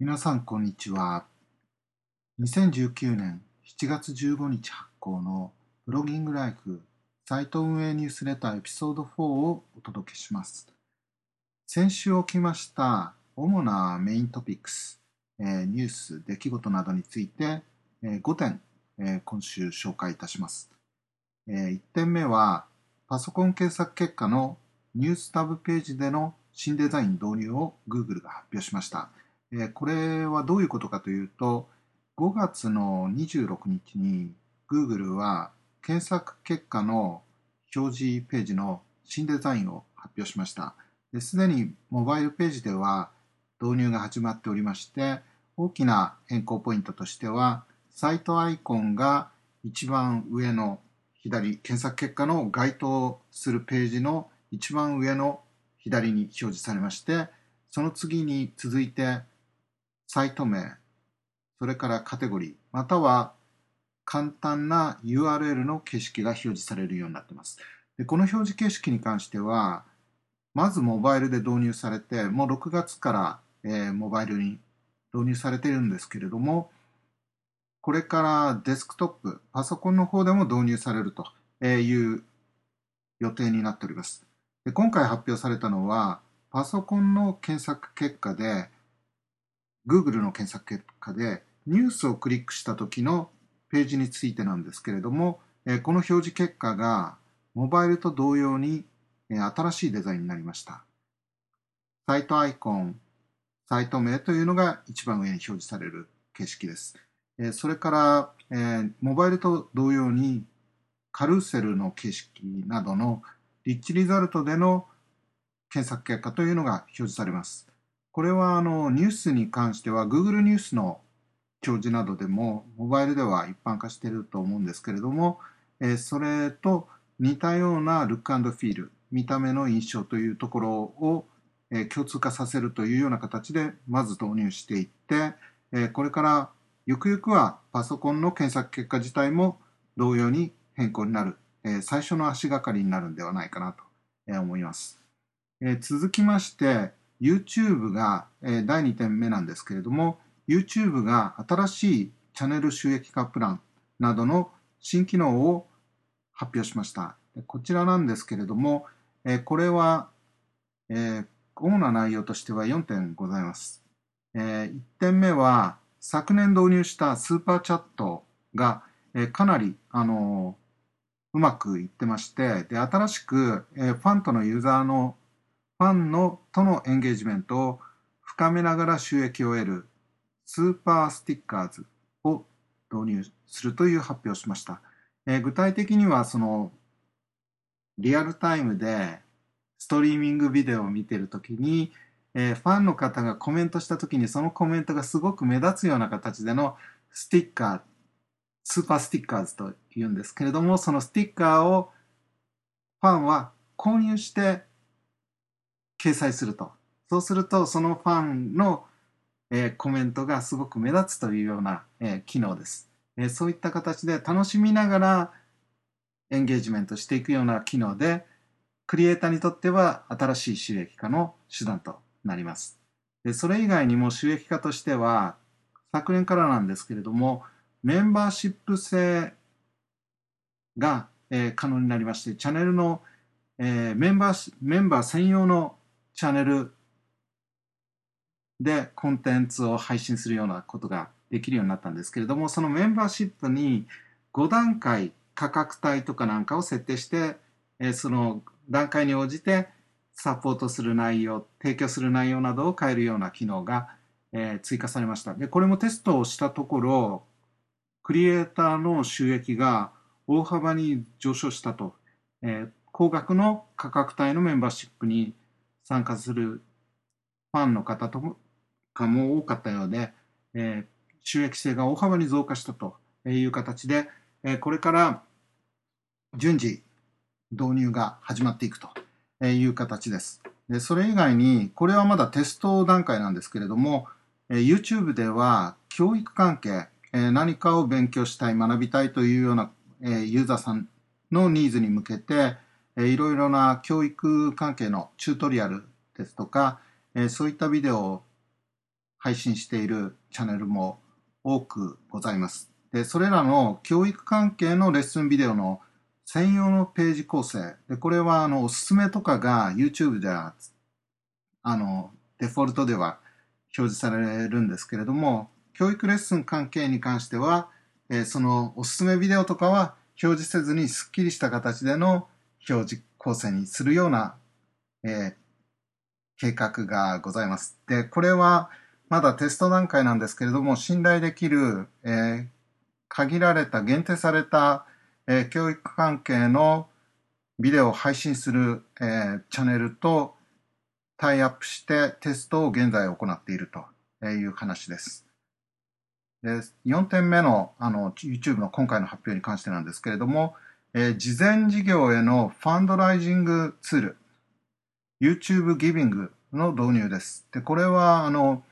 皆さん、こんにちは。2019年7月15日発行のブロギングライフサイト運営ニュースレターエピソード4をお届けします。先週起きました主なメイントピックス、ニュース、出来事などについて、5点、今週紹介いたします。1点目は、パソコン検索結果のニュースタブページでの新デザイン導入を Google が発表しました。これはどういうことかというと、5月の26日に Google は検索結果の表示ページの新デザインを発表しました。すでにモバイルページでは導入が始まっておりまして、大きな変更ポイントとしては、サイトアイコンが一番上の左、検索結果の該当するページの一番上の左に表示されまして、その次に続いてサイト名、それからカテゴリー、または簡単な URL の形式が表示されるようになっています。で、この表示形式に関しては、まずモバイルで導入されて、もう6月から、モバイルに導入されているんですけれども、これからデスクトップ、パソコンの方でも導入されるという予定になっております。で、今回発表されたのは、パソコンの検索結果で、Google の検索結果でニュースをクリックした時のページについてなんですけれども、この表示結果がモバイルと同様に新しいデザインになりました。サイトアイコン、サイト名というのが一番上に表示される形式です。それから、モバイルと同様にカルーセルの形式などのリッチリザルトでの検索結果というのが表示されます。これはニュースに関しては Google ニュースの表示などでもモバイルでは一般化していると思うんですけれども、それと似たようなルック&フィール、見た目の印象というところを共通化させるというような形でまず導入していって、これからゆくゆくはパソコンの検索結果自体も同様に変更になる、最初の足がかりになるんではないかなと思います。続きまして、YouTube が、第2点目なんですけれども、YouTube が新しいチャンネル収益化プランなどの新機能を発表しました。こちらなんですけれども、これは、主な内容としては4点ございます。1点目は、昨年導入したスーパーチャットが、かなり、うまくいってまして、で、新しく、ファンとのユーザーのファンとのエンゲージメントを深めながら収益を得るスーパースティッカーズを導入するという発表をしました。具体的にはリアルタイムでストリーミングビデオを見ているときに、ファンの方がコメントしたときにそのコメントがすごく目立つような形でのスティッカー、スーパースティッカーズというんですけれども、そのスティッカーをファンは購入して掲載すると。そうすると、そのファンの、コメントがすごく目立つというような、機能です。そういった形で楽しみながらエンゲージメントしていくような機能で、クリエイターにとっては新しい収益化の手段となります。で、それ以外にも収益化としては、昨年からなんですけれども、メンバーシップ制が、可能になりまして、チャンネルの、メンバー専用のチャンネルでコンテンツを配信するようなことができるようになったんですけれども、そのメンバーシップに5段階価格帯とかなんかを設定して、その段階に応じてサポートする内容、提供する内容などを変えるような機能が、追加されました。で、これもテストをしたところ、クリエイターの収益が大幅に上昇したと、高額の価格帯のメンバーシップに参加するファンの方とかも多かったようで、収益性が大幅に増加したという形で、これから順次導入が始まっていくという形です。で、それ以外に、これはまだテスト段階なんですけれども、YouTube では教育関係、何かを勉強したい、学びたいというようなユーザーさんのニーズに向けて、いろいろな教育関係のチュートリアルですとか、そういったビデオを配信しているチャンネルも多くございます。で、それらの教育関係のレッスンビデオの専用のページ構成。で、これはおすすめとかが YouTube ではデフォルトでは表示されるんですけれども、教育レッスン関係に関しては、そのおすすめビデオとかは表示せずにスッキリした形での表示構成にするような、計画がございます。で、これはまだテスト段階なんですけれども、信頼できる、限られた、限定された、教育関係のビデオを配信する、チャンネルとタイアップしてテストを現在行っているという話です。で、4点目のYouTube の今回の発表に関してなんですけれども、事前事業へのファンドライジングツール、YouTube ギビングの導入です。で、これは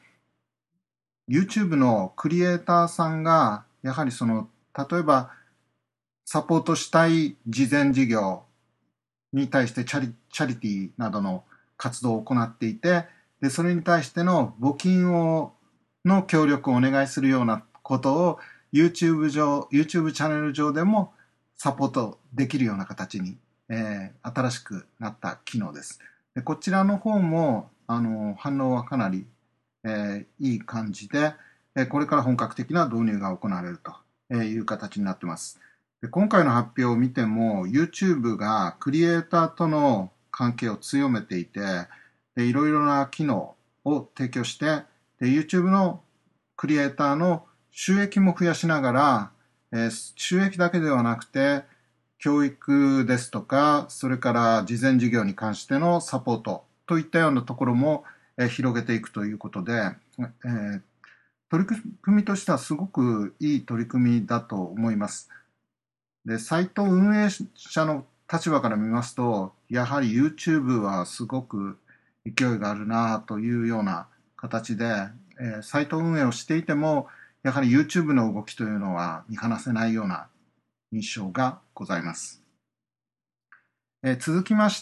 YouTube のクリエイターさんが、やはり例えばサポートしたい事前事業に対してチャリティーなどの活動を行っていて、で、それに対しての募金の協力をお願いするようなことを YouTube チャンネル上でもサポートできるような形に、新しくなった機能です。で、こちらの方も反応はかなり、いい感じで、これから本格的な導入が行われるという形になっています。で、今回の発表を見ても YouTube がクリエイターとの関係を強めていて、で、いろいろな機能を提供して、で、YouTube のクリエイターの収益も増やしながら、収益だけではなくて、教育ですとか、それから事前事業に関してのサポートといったようなところも、広げていくということで、取り組みとしてはすごくいい取り組みだと思います。で、サイト運営者の立場から見ますと、やはり YouTube はすごく勢いがあるなというような形で、サイト運営をしていても、やはり YouTube の動きというのは見放せないような印象がございます。続きまして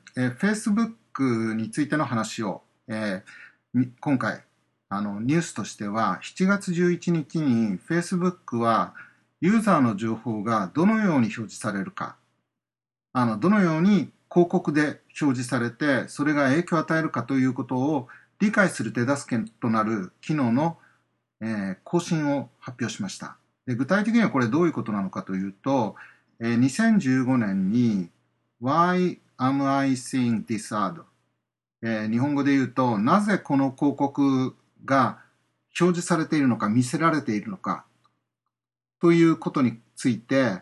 、Facebook についての話を、今回ニュースとしては7月11日に Facebook はユーザーの情報がどのように表示されるか、どのように広告で表示されて、それが影響を与えるかということを理解する手助けとなる機能の、更新を発表しました。で、具体的にはこれどういうことなのかというと、2015年に Why am I seeing this ad? 日本語で言うと、なぜこの広告が表示されているのか、見せられているのかということについて、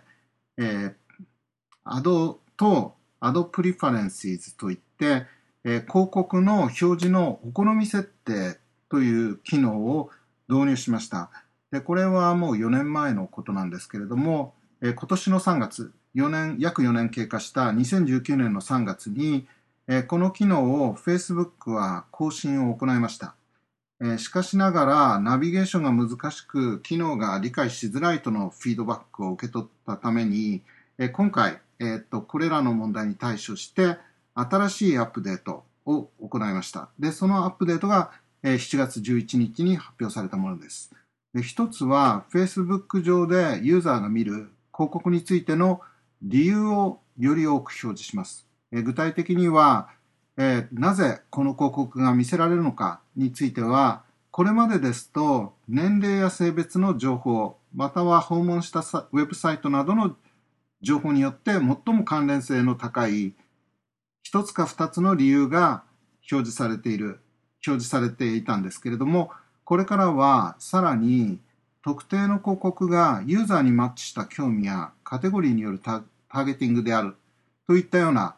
アドプリファレンシーズといって、広告の表示のお好み設定という機能を導入しました。で、これはもう4年前のことなんですけれども、今年の3月、約4年経過した2019年の3月に、この機能を Facebook は更新を行いました。しかしながら、ナビゲーションが難しく、機能が理解しづらいとのフィードバックを受け取ったために、今回、これらの問題に対処して、新しいアップデートを行いました。で、そのアップデートが、7月11日に発表されたものです。で、一つは、Facebook 上でユーザーが見る広告についての理由をより多く表示します。具体的には、なぜこの広告が見せられるのかについては、これまでですと年齢や性別の情報、または訪問したウェブサイトなどの情報によって最も関連性の高い一つか二つの理由が表示されていたんですけれども、これからはさらに特定の広告がユーザーにマッチした興味やカテゴリーによるターゲティングであるといったような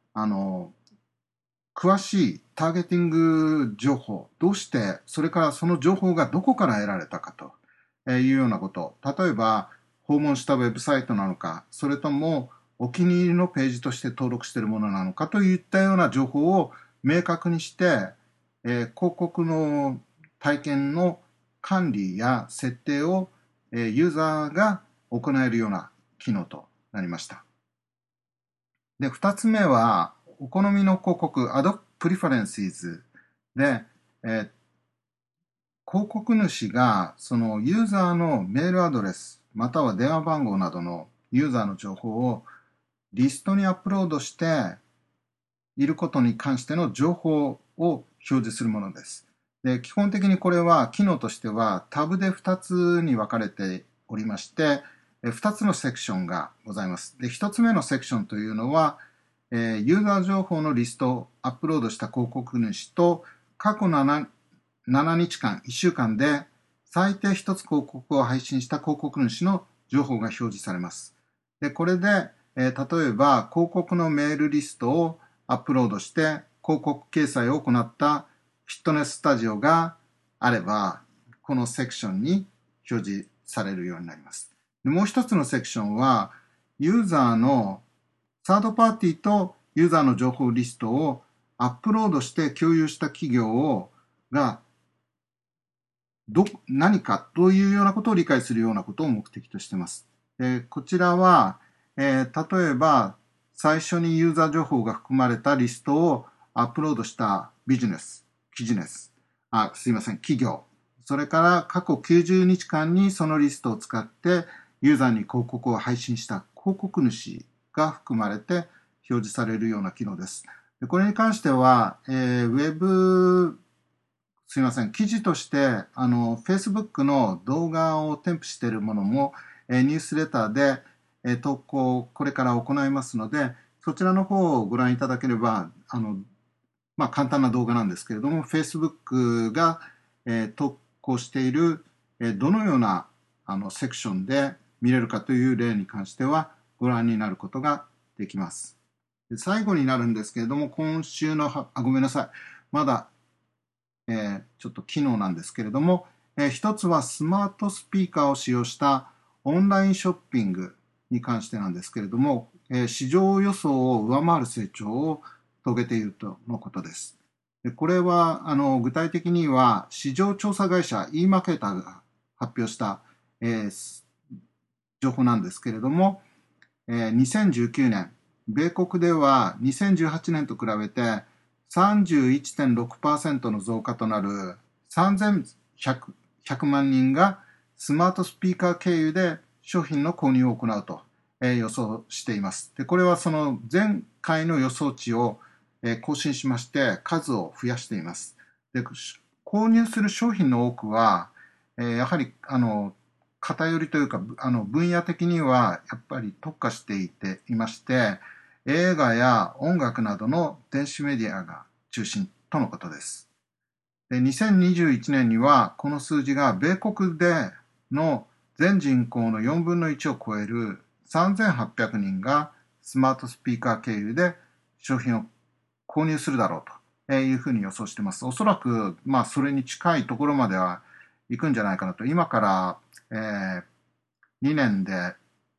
詳しいターゲティング情報、どうして、それからその情報がどこから得られたかというようなこと、例えば訪問したウェブサイトなのか、それともお気に入りのページとして登録しているものなのかといったような情報を明確にして、広告の体験の管理や設定をユーザーが行えるような機能となりました。で、二つ目は、お好みの広告、Ad Preferences で、 広告主がそのユーザーのメールアドレスまたは電話番号などのユーザーの情報をリストにアップロードしていることに関しての情報を表示するものです。で、基本的にこれは機能としてはタブで2つに分かれておりまして、2つのセクションがございます。で、1つ目のセクションというのは、ユーザー情報のリストをアップロードした広告主と過去7日間、1週間で最低1つ広告を配信した広告主の情報が表示されます。で、これで、例えば広告のメールリストをアップロードして広告掲載を行ったフィットネススタジオがあれば、このセクションに表示されるようになります。で、もう一つのセクションは、ユーザーのサードパーティーとユーザーの情報リストをアップロードして共有した企業が何かというようなことを理解するようなことを目的としています。こちらは、例えば最初にユーザー情報が含まれたリストをアップロードした企業、それから過去90日間にそのリストを使ってユーザーに広告を配信した広告主が含まれて表示されるような機能です。これに関しては、ウェブ記事として、Facebook の動画を添付しているものも、ニュースレターで、投稿、これから行いますので、そちらの方をご覧いただければ、簡単な動画なんですけれども、Facebook が、投稿している、どのようなセクションで見れるかという例に関しては、ご覧になることができます。で、最後になるんですけれども、今週の、ごめんなさい。まだちょっと機能なんですけれども、一つはスマートスピーカーを使用したオンラインショッピングに関してなんですけれども、市場予想を上回る成長を遂げているとのことです。で、これは具体的には市場調査会社 e マーケターが発表した、情報なんですけれども、2019年、米国では2018年と比べて31.6% の増加となる3100万人がスマートスピーカー経由で商品の購入を行うと予想しています。で、これはその前回の予想値を更新しまして数を増やしています。で、購入する商品の多くは、やはり偏りというか分野的にはやっぱり特化していまして、映画や音楽などの電子メディアが中心とのことです。で、2021年にはこの数字が米国での全人口の4分の1を超える3800人がスマートスピーカー経由で商品を購入するだろうというふうに予想しています。おそらく、それに近いところまでは行くんじゃないかなと。今から、2年で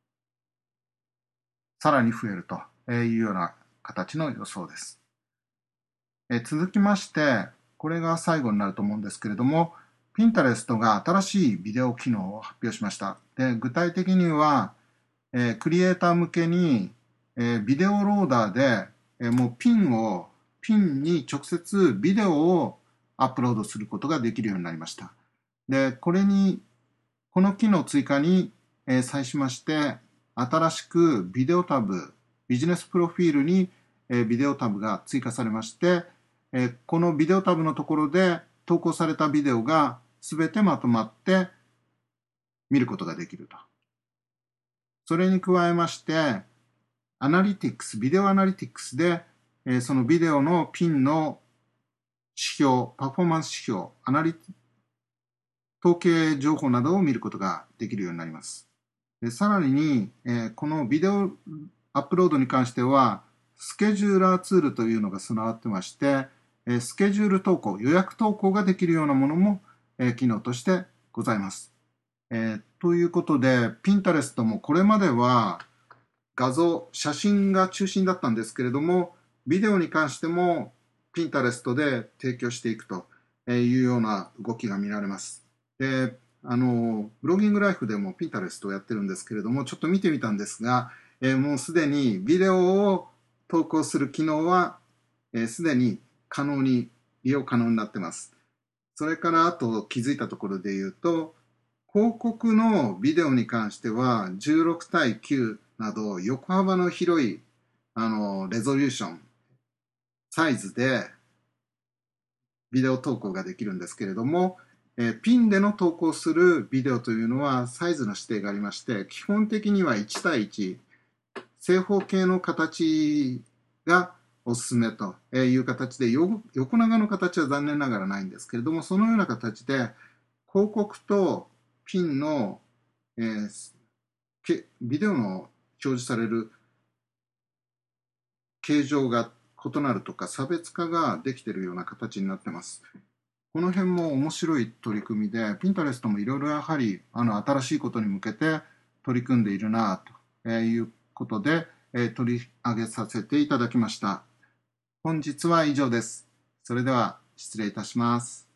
さらに増えるというような形の予想です。続きまして、これが最後になると思うんですけれども、Pinterest が新しいビデオ機能を発表しました。で、具体的には、クリエイター向けに、ビデオローダーで、もうピンに直接ビデオをアップロードすることができるようになりました。で、この機能追加に、際しまして、新しくビデオタブ、ビジネスプロフィールに、ビデオタブが追加されまして、このビデオタブのところで投稿されたビデオがすべてまとまって見ることができると。それに加えまして、ビデオアナリティクスで、そのビデオのピンの指標、パフォーマンス指標、統計情報などを見ることができるようになります。で、さらに、このビデオアップロードに関しては、スケジューラーツールというのが備わってまして、スケジュール投稿、予約投稿ができるようなものも、機能としてございます。ということで、Pinterest もこれまでは写真が中心だったんですけれども、ビデオに関しても Pinterest で提供していくというような動きが見られます。で、ブロギングライフでも Pinterest をやってるんですけれども、ちょっと見てみたんですが、もうすでにビデオを投稿する機能は、すでに利用可能になっています。 それからあと気づいたところで言うと、広告のビデオに関しては16対9など横幅の広いレゾリューション、サイズでビデオ投稿ができるんですけれども、ピンでの投稿するビデオというのはサイズの指定がありまして、基本的には1対1、正方形の形がおすすめという形で、横長の形は残念ながらないんですけれども、そのような形で広告とピンの、ビデオの表示される形状が異なるとか差別化ができているような形になってます。この辺も面白い取り組みで、Pinterest もいろいろやはり新しいことに向けて取り組んでいるなということで、取り上げさせていただきました。本日は以上です。それでは失礼いたします。